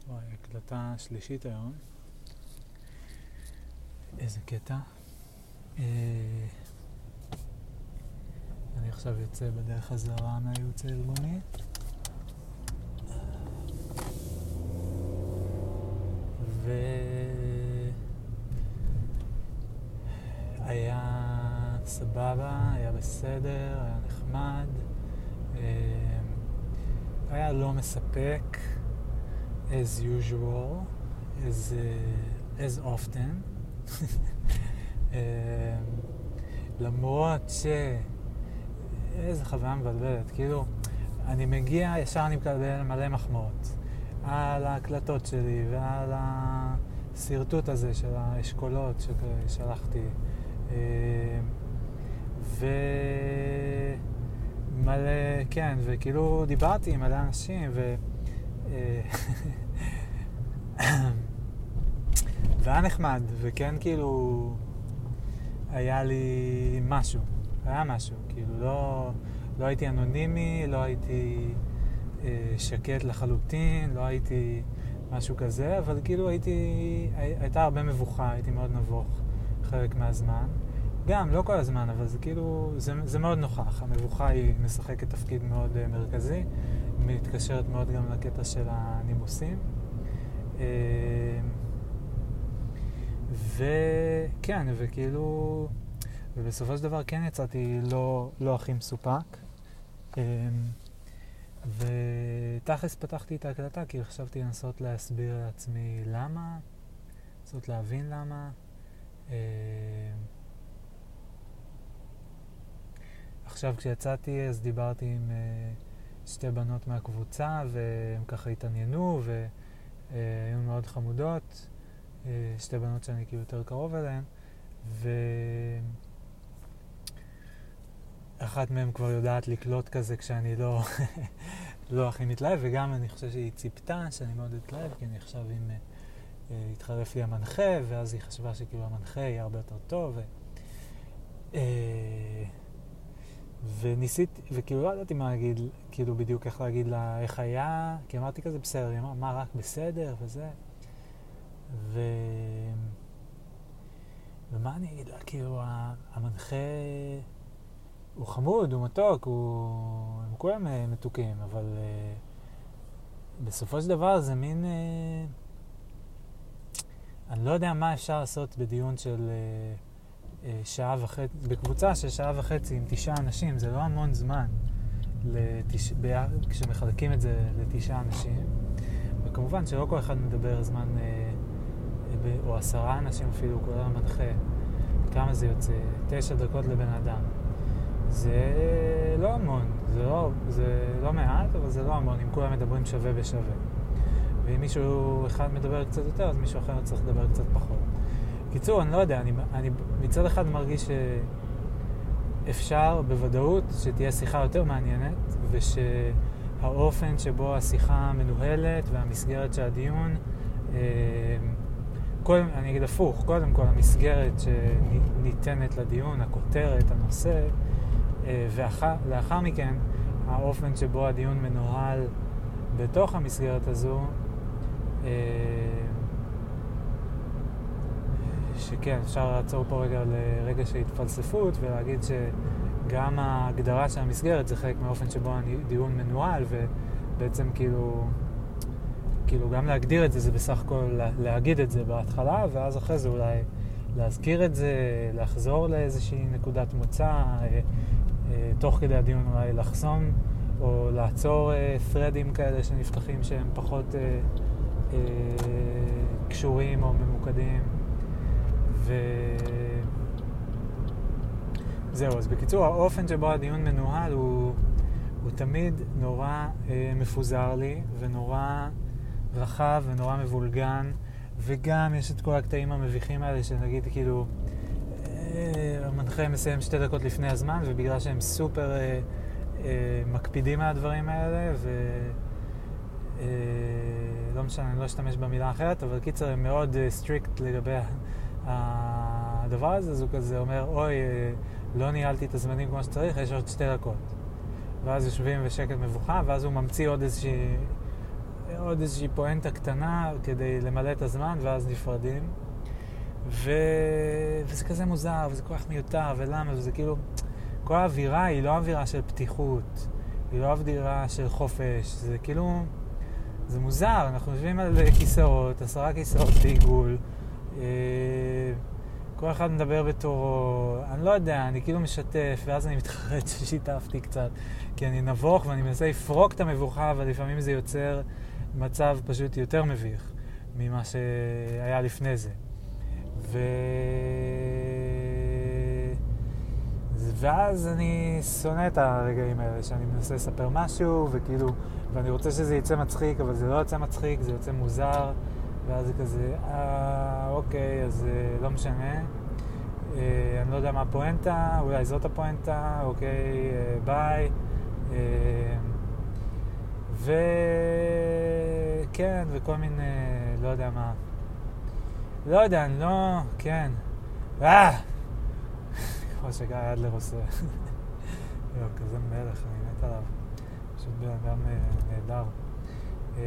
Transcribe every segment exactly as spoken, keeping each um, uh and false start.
וואי, הקלטה שלישית היום. איזה קטע. אה... אני עכשיו יוצא בדרך חזרה מהייעוץ הארגוני. ו... היה סבבה, היה בסדר, היה נחמד. אה... היה לא מספק, as usual, as, uh, as often. uh, למרות ש... איזה חוויה מבלבלת, כאילו, אני מגיע, ישר אני מקבל מלא מחמאות על ההקלטות שלי ועל הסרטוט הזה של האשכולות ששלחתי. Uh, ומלא, כן, וכאילו דיברתי עם מלא אנשים ו... והיה נחמד, וכן כאילו היה לי משהו, היה משהו, כאילו לא, לא הייתי אנונימי, לא הייתי אה, שקט לחלוטין, לא הייתי משהו כזה, אבל כאילו הייתי, הי, הייתה הרבה מבוכה, הייתי מאוד נבוך חלק מהזמן, גם לא כל הזמן, אבל זה כאילו, זה, זה מאוד נוכח, המבוכה היא משחקת תפקיד מאוד uh, מרכזי, מתקשרת מאוד גם לקטע של הנימוסים. וכן, וכאילו, ובסופו של דבר כן יצאתי לא, לא הכי מסופק. ותכלס פתחתי את ההקלטה כי חשבתי לנסות להסביר לעצמי למה, לנסות להבין למה. עכשיו כשיצאתי אז דיברתי עם שתי בנות מהקבוצה והם ככה התעניינו והיו מאוד חמודות, שתי בנות שאני כאילו יותר קרוב אליהן, ואחת מהן כבר יודעת לקלוט כזה כשאני לא לא הכי מתלהב, וגם אני חושב שהיא ציפתה שאני מאוד מתלהב כי אני עכשיו עם התחרף לי המנחה, ואז היא חשבה שכאילו המנחה יהיה הרבה יותר טוב ו... וניסיתי, וכאילו לא ידעתי מה להגיד, כאילו בדיוק איך להגיד לה איך היה, כי אמרתי כזה בסדר, היא אמרה, מה רק בסדר וזה, ו... ומה אני אגיד לה, כאילו המנחה הוא חמוד, הוא מתוק, הוא... הם כולם מתוקים, אבל uh, בסופו של דבר זה מין, uh, אני לא יודע מה אפשר לעשות בדיון של... Uh, שעה וחצי, בקבוצה של שעה וחצי עם תשעה אנשים, זה לא המון זמן לתש... ב... כשמחלקים את זה לתשעה אנשים, וכמובן שלא כל אחד מדבר זמן, אה, ב... או עשרה אנשים אפילו, כולל המנחה, כמה זה יוצא? תשע דקות לבן אדם. זה לא המון, זה לא, זה לא מעט, אבל זה לא המון, אם כולם מדברים שווה בשווה. ואם מישהו אחד מדבר קצת יותר, אז מישהו אחר צריך לדבר קצת פחות. קיצור, אני לא יודע, אני, אני מצד אחד מרגיש שאפשר בוודאות שתהיה שיחה יותר מעניינת, ושהאופן שבו השיחה מנוהלת והמסגרת של הדיון, קודם, אני אגיד הפוך, קודם כל המסגרת שניתנת לדיון, הכותרת, הנושא, ולאחר מכן האופן שבו הדיון מנוהל בתוך המסגרת הזו, שכן, אפשר לעצור פה רגע לרגע של התפלספות ולהגיד שגם ההגדרה של המסגרת זה חלק מהאופן שבו הדיון מנוהל, ובעצם כאילו, כאילו גם להגדיר את זה זה בסך הכל להגיד את זה בהתחלה, ואז אחרי זה אולי להזכיר את זה, לחזור לאיזושהי נקודת מוצא, תוך כדי הדיון אולי לחסום או לעצור threadים כאלה שנפתחים שהם פחות קשורים או ממוקדים. וזהו, אז בקיצור, האופן שבו הדיון מנוהל הוא, הוא תמיד נורא אה, מפוזר לי, ונורא רחב ונורא מבולגן, וגם יש את כל הקטעים המביכים האלה שנגיד כאילו אה, המנחה מסיים שתי דקות לפני הזמן, ובגלל שהם סופר אה, אה, מקפידים על הדברים האלה, ו... אה, לא משנה, אני לא אשתמש במילה אחרת, אבל קיצר הם מאוד סטריקט לגבי הדבר הזה, אז הוא כזה אומר, אוי, לא ניהלתי את הזמנים כמו שצריך, יש עוד שתי דקות. ואז יושבים ושקט מבוכה, ואז הוא ממציא עוד איזושהי עוד איזושהי פואנטה קטנה כדי למלא את הזמן, ואז נפרדים. ו... וזה כזה מוזר, וזה כל כך מיותר, ולמה? וזה כאילו... כל האווירה היא לא אווירה של פתיחות, היא לא אווירה של חופש, זה כאילו... זה מוזר, אנחנו יושבים על כיסאות, עשרה כיסאות בעיגול, אה... כל אחד מדבר בתורו, אני לא יודע, אני כאילו משתף, ואז אני מתחרט ששיתפתי קצת, כי אני נבוך ואני מנסה לפרוק את המבוכה, אבל לפעמים זה יוצר מצב פשוט יותר מביך ממה שהיה לפני זה. ו... ואז אני שונא את הרגעים האלה, שאני מנסה לספר משהו, וכאילו, ואני רוצה שזה יצא מצחיק, אבל זה לא יוצא מצחיק, זה יוצא מוזר, ואז זה כזה, אה, אוקיי, אז לא משנה. אה, אני לא יודע מה הפואנטה, אולי זאת הפואנטה, אוקיי, אה, ביי. אה, וכן, וכל מיני, לא יודע מה. לא יודע, אני לא, כן. אה! כמו שגיא אדלר עושה. יו, כזה מלך, אני מת עליו. פשוט בן אדם נהדר. אה...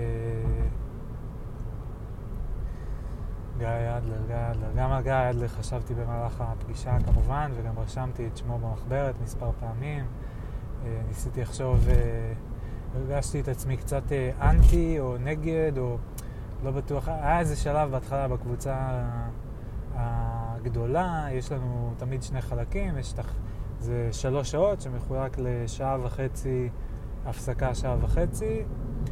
גיא אדלר, גיא אדלר. גם על גיא אדלר חשבתי במהלך הפגישה כמובן, וגם רשמתי את שמו במחברת מספר פעמים. ניסיתי לחשוב, הרגשתי את עצמי קצת אנטי או נגד, או לא בטוח. היה איזה שלב בהתחלה בקבוצה הגדולה, יש לנו תמיד שני חלקים, יש תח... זה שלוש שעות שמחולק לשעה וחצי, הפסקה שעה וחצי,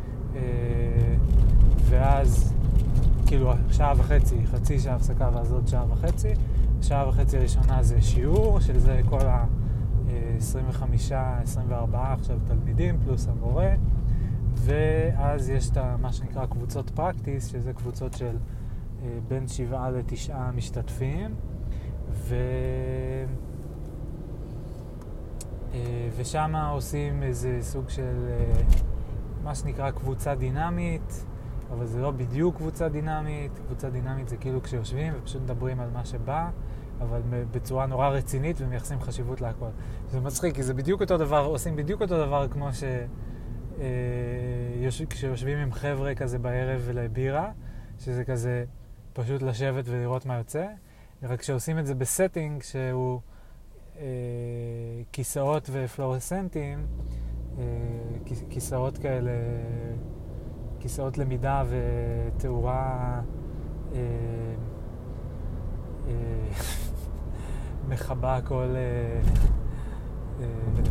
ואז כאילו שעה וחצי, חצי שעה הפסקה ואז עוד שעה וחצי. שעה וחצי הראשונה זה שיעור, שזה כל ה-עשרים וחמישה עשרים וארבעה עכשיו תלמידים פלוס המורה, ואז יש את מה שנקרא קבוצות פרקטיס, שזה קבוצות של בין שבעה לתשעה משתתפים, ו... ושם עושים איזה סוג של מה שנקרא קבוצה דינמית, אבל זה לא בדיוק קבוצה דינמית. קבוצה דינמית זה כאילו כשיושבים ופשוט מדברים על מה שבא, אבל בצורה נורא רצינית ומייחסים חשיבות להכל. זה מצחיק, כי זה בדיוק אותו דבר, עושים בדיוק אותו דבר כמו ש... כשיושבים עם חבר'ה כזה בערב לבירה, שזה כזה פשוט לשבת ולראות מה יוצא, רק שעושים את זה בסטינג שהוא אה, כיסאות ופלורסנטים, אה, כיסאות כאלה, כיסאות למידה ותאורה אה, אה, מחבה כל אה, אה,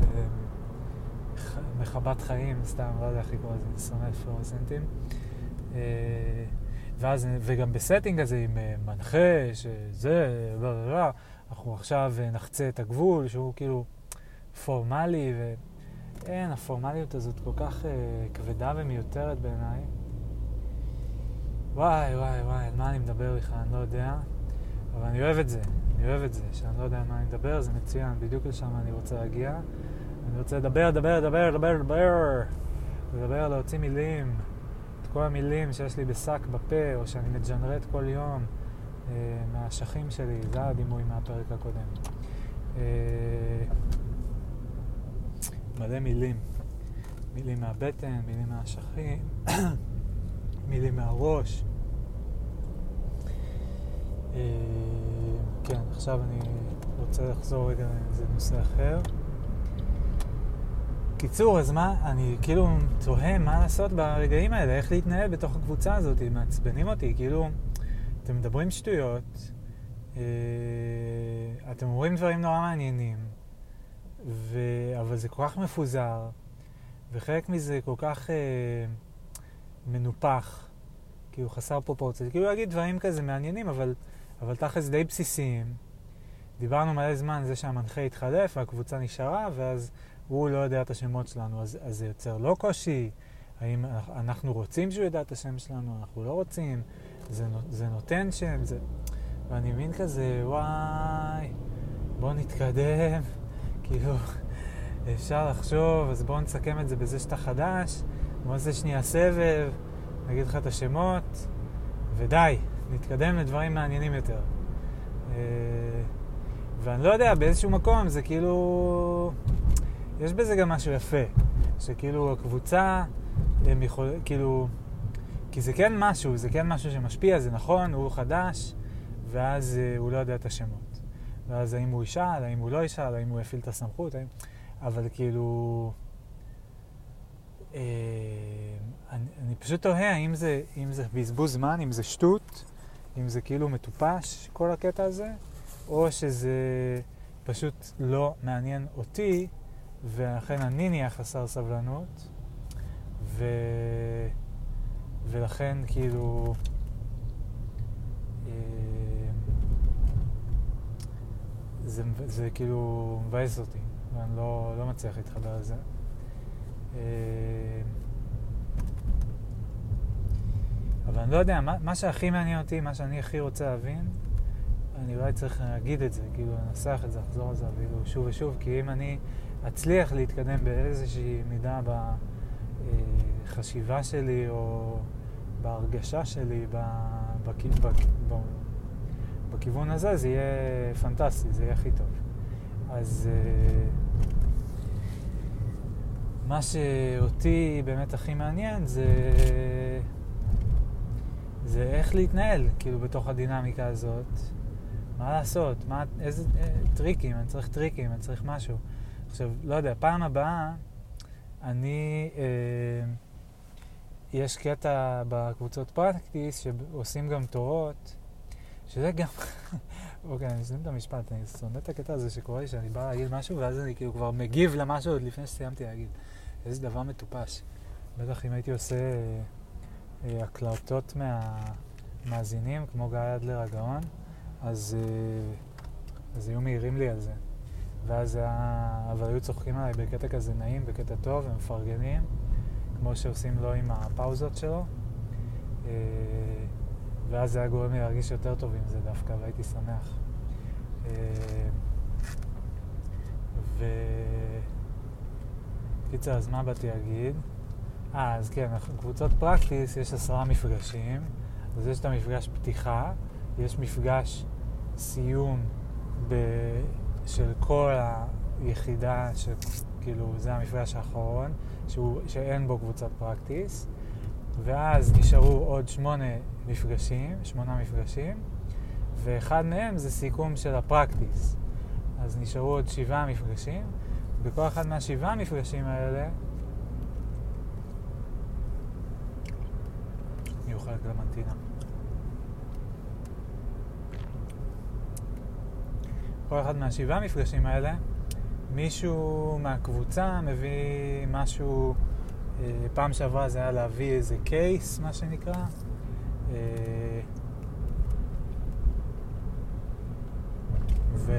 מחבת חיים, סתם, לא יודע איך לקרוא לזה, שונא פלורסנטים. אה, ואז, וגם בסטינג הזה עם מנחה, שזה, לא, לא, לא, אנחנו עכשיו נחצה את הגבול, שהוא כאילו פורמלי, ואין, הפורמליות הזאת כל כך אה, כבדה ומיותרת בעיניי. וואי, וואי, וואי, על מה אני מדבר לך, אני לא יודע, אבל אני אוהב את זה, אני אוהב את זה, שאני לא יודע על מה אני מדבר, זה מצוין, בדיוק לשם אני רוצה להגיע. אני רוצה לדבר, לדבר, לדבר, לדבר, לדבר, לדבר, להוציא מילים. כל המילים שיש לי בשק בפה, או שאני מג'נרט כל יום אה, מהשכים שלי, זה הדימוי מהפרק הקודם. אה, מלא מילים. מילים מהבטן, מילים מהשכים, מילים מהראש. אה, כן, עכשיו אני רוצה לחזור רגע לאיזה נושא אחר. קיצור, אז מה, אני כאילו תוהה מה לעשות ברגעים האלה, איך להתנהל בתוך הקבוצה הזאת, מעצבנים אותי, כאילו, אתם מדברים שטויות, אה, אתם אומרים דברים נורא מעניינים, ו... אבל זה כל כך מפוזר, וחלק מזה כל כך אה, מנופח, כאילו חסר פרופורציה, כאילו להגיד דברים כזה מעניינים, אבל, אבל תכלס די בסיסיים. דיברנו מלא זמן זה שהמנחה התחלף, והקבוצה נשארה, ואז הוא לא יודע את השמות שלנו, אז, אז זה יוצר לא קושי. האם אנחנו רוצים שהוא ידע את השם שלנו, אנחנו לא רוצים, זה, זה נותן שם, זה... ואני מבין כזה, וואי, בוא נתקדם, כאילו, אפשר לחשוב, אז בוא נסכם את זה בזה שאתה חדש, בוא נעשה שנייה סבב, נגיד לך את השמות, ודי, נתקדם לדברים מעניינים יותר. ואני לא יודע, באיזשהו מקום זה כאילו... יש בזה גם משהו יפה, שכאילו הקבוצה, הם יכול, כאילו, כי זה כן משהו, זה כן משהו שמשפיע, זה נכון, הוא חדש, ואז אה, הוא לא יודע את השמות. ואז האם הוא ישאל, האם הוא לא ישאל, האם הוא יפעיל את הסמכות, האם... אבל כאילו... אה, אני, אני פשוט תוהה האם זה, אם זה בזבוז זמן, אם זה שטות, אם זה כאילו מטופש, כל הקטע הזה, או שזה פשוט לא מעניין אותי, ולכן אני נהיה חסר סבלנות, ו... ולכן כאילו... זה, זה כאילו מבאס אותי, ואני לא, לא מצליח להתחבר על זה. אבל אני לא יודע, מה, מה שהכי מעניין אותי, מה שאני הכי רוצה להבין, אני אולי צריך להגיד את זה, כאילו לנסח את זה, לחזור על זה, כאילו שוב ושוב, כי אם אני אצליח להתקדם באיזושהי מידה בחשיבה שלי, או בהרגשה שלי, בכיוון הזה, זה יהיה פנטסטי, זה יהיה הכי טוב. אז מה שאותי באמת הכי מעניין זה זה איך להתנהל, כאילו, בתוך הדינמיקה הזאת. מה לעשות? מה, איזה אה, טריקים? אני צריך טריקים, אני צריך משהו. עכשיו, לא יודע, פעם הבאה אני... אה, יש קטע בקבוצות פרקטיס שעושים גם תורות, שזה גם... אוקיי, אני אסיים את המשפט, אני שונא את הקטע הזה שקורה לי שאני בא להגיד משהו, ואז אני כאילו כבר מגיב למשהו עוד לפני שסיימתי להגיד. איזה דבר מטופש. בטח אם הייתי עושה אה, אה, הקלטות מהמאזינים, כמו גיא אדלר הגאון, אז, אה, אז היו מהירים לי על זה. ואז היה... אבל היו צוחקים עליי בקטע כזה נעים, בקטע טוב, הם מפרגנים, כמו שעושים לו עם הפאוזות שלו. אה, ואז זה היה גורם לי להרגיש יותר טוב עם זה דווקא, והייתי שמח. ו... קיצר, אז מה באתי להגיד? אה, אז כן, קבוצות פרקטיס, יש עשרה מפגשים, אז יש את המפגש פתיחה, יש מפגש סיום ב... של כל היחידה, שכאילו זה המפגש האחרון, שהוא... שאין בו קבוצת פרקטיס, ואז נשארו עוד שמונה מפגשים, שמונה מפגשים, ואחד מהם זה סיכום של הפרקטיס. אז נשארו עוד שבעה מפגשים, בכל אחד מהשבעה מפגשים האלה אני אוכל קלמנטינה. כל אחד מהשבעה מפגשים האלה מישהו מהקבוצה מביא משהו. פעם שעברה זה היה להביא איזה קייס, מה שנקרא. ו...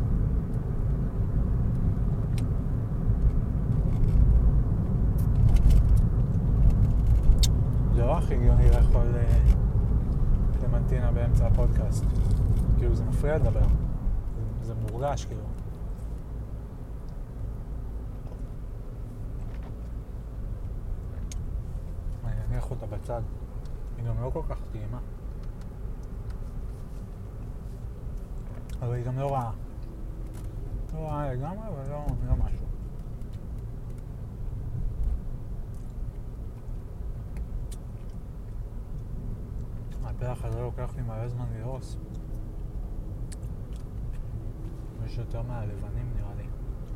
זה לא הכי הגיוני לאכול קלמנטינה באמצע הפודקאסט. כאילו זה מפריע לדבר. זה מורגש כאילו. אני אניח אותה בצד. היא גם לא כל כך טעימה. אבל היא גם לא רעה. לא רעה לגמרי, אבל לא, לא משהו. הפרח הזה לוקח לי מלא זמן לראות. יש יותר מהלבנים נראה לי.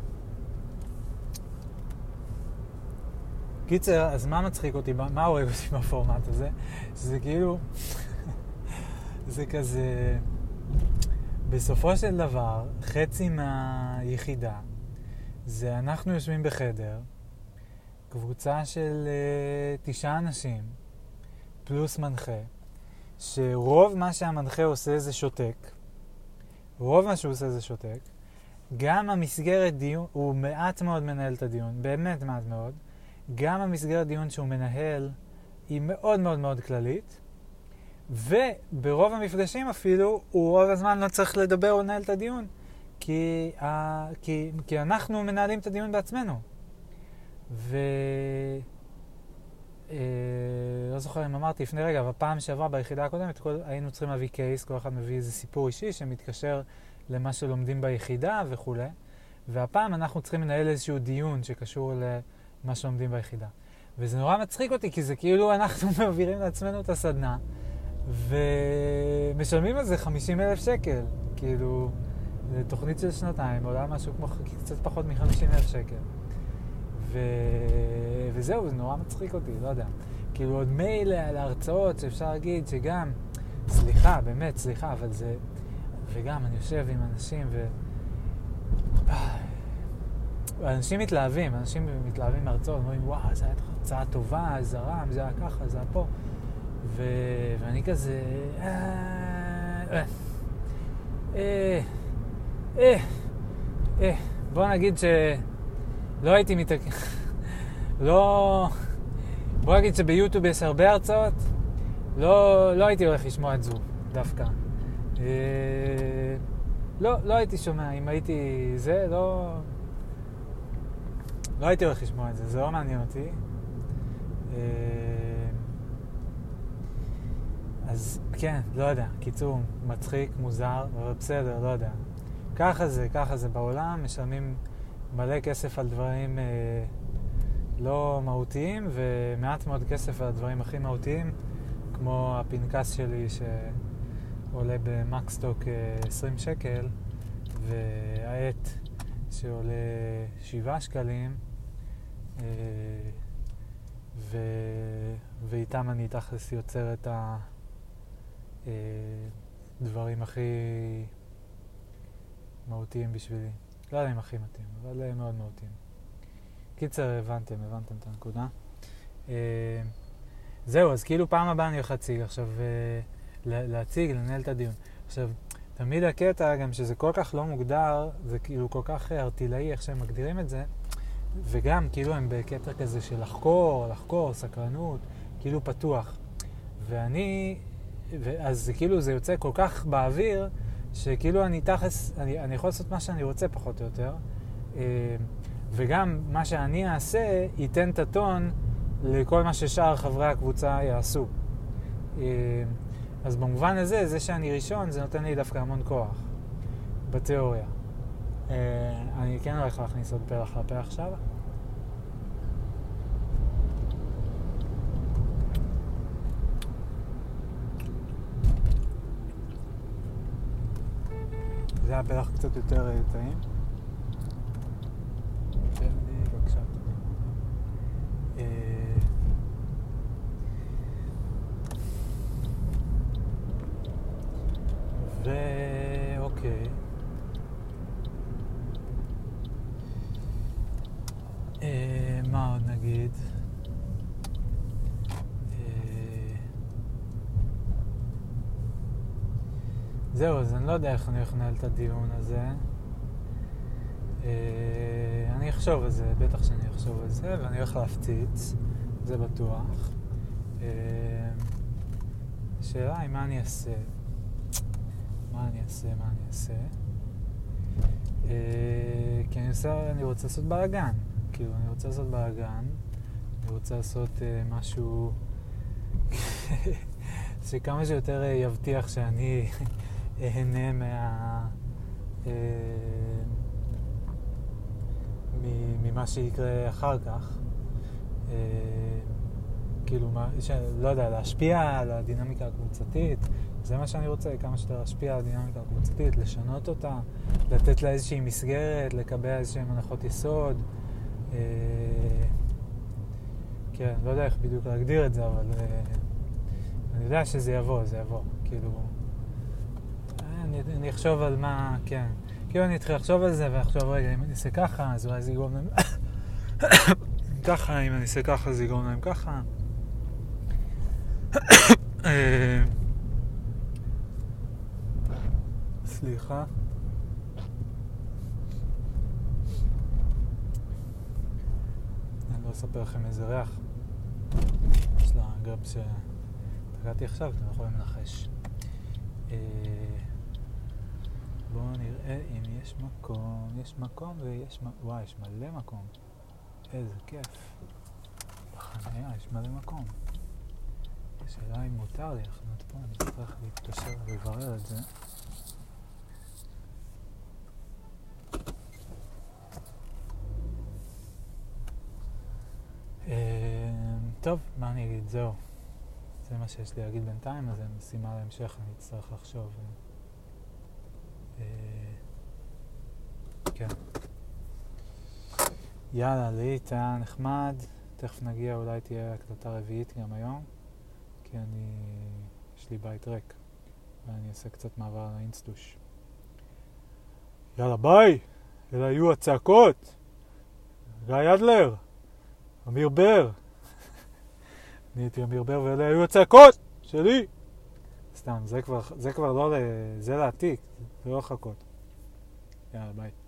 קיצר, אז מה מצחיק אותי, מה הורג אותי בפורמט הזה? שזה כאילו, זה כזה, בסופו של דבר, חצי מהיחידה, זה אנחנו יושבים בחדר, קבוצה של uh, תשעה אנשים, פלוס מנחה, שרוב מה שהמנחה עושה זה שותק, רוב מה שהוא עושה זה שותק, גם המסגרת דיון, הוא מעט מאוד מנהל את הדיון, באמת מעט מאוד, גם המסגרת דיון שהוא מנהל היא מאוד מאוד מאוד כללית, וברוב המפגשים אפילו הוא רוב הזמן לא צריך לדבר או לנהל את הדיון, כי, ה... כי... כי אנחנו מנהלים את הדיון בעצמנו. ו... אה... לא זוכר אם אמרתי לפני רגע, אבל פעם שעברה ביחידה הקודמת כל... היינו צריכים להביא קייס, כל אחד מביא איזה סיפור אישי שמתקשר למה שלומדים ביחידה וכו'. והפעם אנחנו צריכים לנהל איזשהו דיון שקשור ל... מה שלומדים ביחידה. וזה נורא מצחיק אותי, כי זה כאילו אנחנו מעבירים לעצמנו את הסדנה, ומשלמים על זה חמישים אלף שקל. כאילו, זו תוכנית של שנתיים, עולה משהו כמו קצת פחות מ-חמישים אלף שקל. ו... וזהו, זה נורא מצחיק אותי, לא יודע. כאילו עוד מייל על ההרצאות שאפשר להגיד שגם, סליחה, באמת, סליחה, אבל זה... וגם אני יושב עם אנשים ו... אנשים מתלהבים, אנשים מתלהבים מהרצאות, אומרים, וואו, זו הייתה הרצאה טובה, זה רם, זה היה ככה, זה היה פה. ו... ואני כזה... אה... אה... אה... אה... בוא נגיד ש... לא הייתי מתק... לא... בוא נגיד שביוטיוב יש הרבה הרצאות, לא, לא הייתי הולך לשמוע את זו, דווקא. אה... לא, לא הייתי שומע, אם הייתי זה, לא... לא הייתי הולך לשמוע את זה, זה לא מעניין אותי. אה... אז כן, לא יודע, קיצור, מצחיק, מוזר, אבל בסדר, לא יודע. ככה זה, ככה זה בעולם, משלמים מלא כסף על דברים אה, לא מהותיים, ומעט מאוד כסף על הדברים הכי מהותיים, כמו הפנקס שלי שעולה במקסטוק אה, עשרים שקל, והעט שעולה שבעה שקלים, אה, ו... ואיתם אני תכלס יוצר את הדברים הכי מהותיים בשבילי. לא יודע אם הכי מתאים, אבל מאוד מהותיים. קיצר, הבנתם, הבנתם את הנקודה. זהו, אז כאילו פעם הבאה אני הולך להציג עכשיו, להציג, לנהל את הדיון. עכשיו, תמיד הקטע, גם שזה כל כך לא מוגדר, זה כאילו כל כך ארטילאי איך שהם מגדירים את זה, וגם כאילו הם בקטע כזה של לחקור, לחקור, סקרנות, כאילו פתוח. ואני, אז כאילו זה יוצא כל כך באוויר, שכאילו אני תכלס, אני, אני יכול לעשות מה שאני רוצה פחות או יותר, וגם מה שאני אעשה ייתן את הטון לכל מה ששאר חברי הקבוצה יעשו. אז במובן הזה, זה שאני ראשון, זה נותן לי דווקא המון כוח, בתיאוריה. אני כן הולך להכניס עוד פרח לפה עכשיו. זה הפרח קצת יותר טעים. תן לי בבקשה. ואוקיי. מה עוד נגיד? זהו, אז אני לא יודע איך אני הולך לנהל את הדיון הזה. אני אחשוב על זה, בטח שאני אחשוב על זה, ואני הולך להפציץ, זה בטוח. השאלה היא מה אני אעשה. מה אני אעשה, מה אני אעשה. כי אני, עושה, אני רוצה לעשות בלגן. כאילו, אני רוצה לעשות בלגן, אני רוצה לעשות משהו שכמה שיותר יבטיח שאני אהנה מה... ממה שיקרה אחר כך. כאילו, לא יודע, להשפיע על הדינמיקה הקבוצתית, זה מה שאני רוצה, כמה שיותר להשפיע על הדינמיקה הקבוצתית, לשנות אותה, לתת לה איזושהי מסגרת, לקבע איזושהי הנחות יסוד. כן, לא יודע איך בדיוק להגדיר את זה, אבל אני יודע שזה יבוא, זה יבוא, כאילו... אני, אני אחשוב על מה, כן. כאילו אני אתחיל לחשוב על זה, ואחשוב, רגע, אם אני אעשה ככה, אז אולי זה יגרום להם... ככה, אם אני אעשה ככה, זה יגרום להם ככה. סליחה. אני לא אספר לכם איזה ריח. יש לה גרב שתגעתי עכשיו, אתם יכולים לנחש. בואו נראה אם יש מקום. יש מקום ויש... וואי, יש מלא מקום. איזה כיף. בחניה יש מלא מקום. השאלה אם מותר לי לחנות פה, אני צריך להתקשר ולברר את זה. אה... טוב, מה אני אגיד? זהו. זה מה שיש לי להגיד בינתיים, אז זה משימה להמשך, אני אצטרך לחשוב. אה, כן. יאללה, לאית, היה נחמד. תכף נגיע, אולי תהיה הקלטה רביעית גם היום, כי אני... יש לי בית ריק, ואני אעשה קצת מעבר לאינסטוש. יאללה, ביי! אלה היו הצעקות! גיא אדלר! אמיר בר! אני הייתי אמיר בר, ואלה היו הצעקות שלי! סתם, זה כבר, זה כבר לא, זה לעתיק, זה לא לחכות. יאללה, ביי.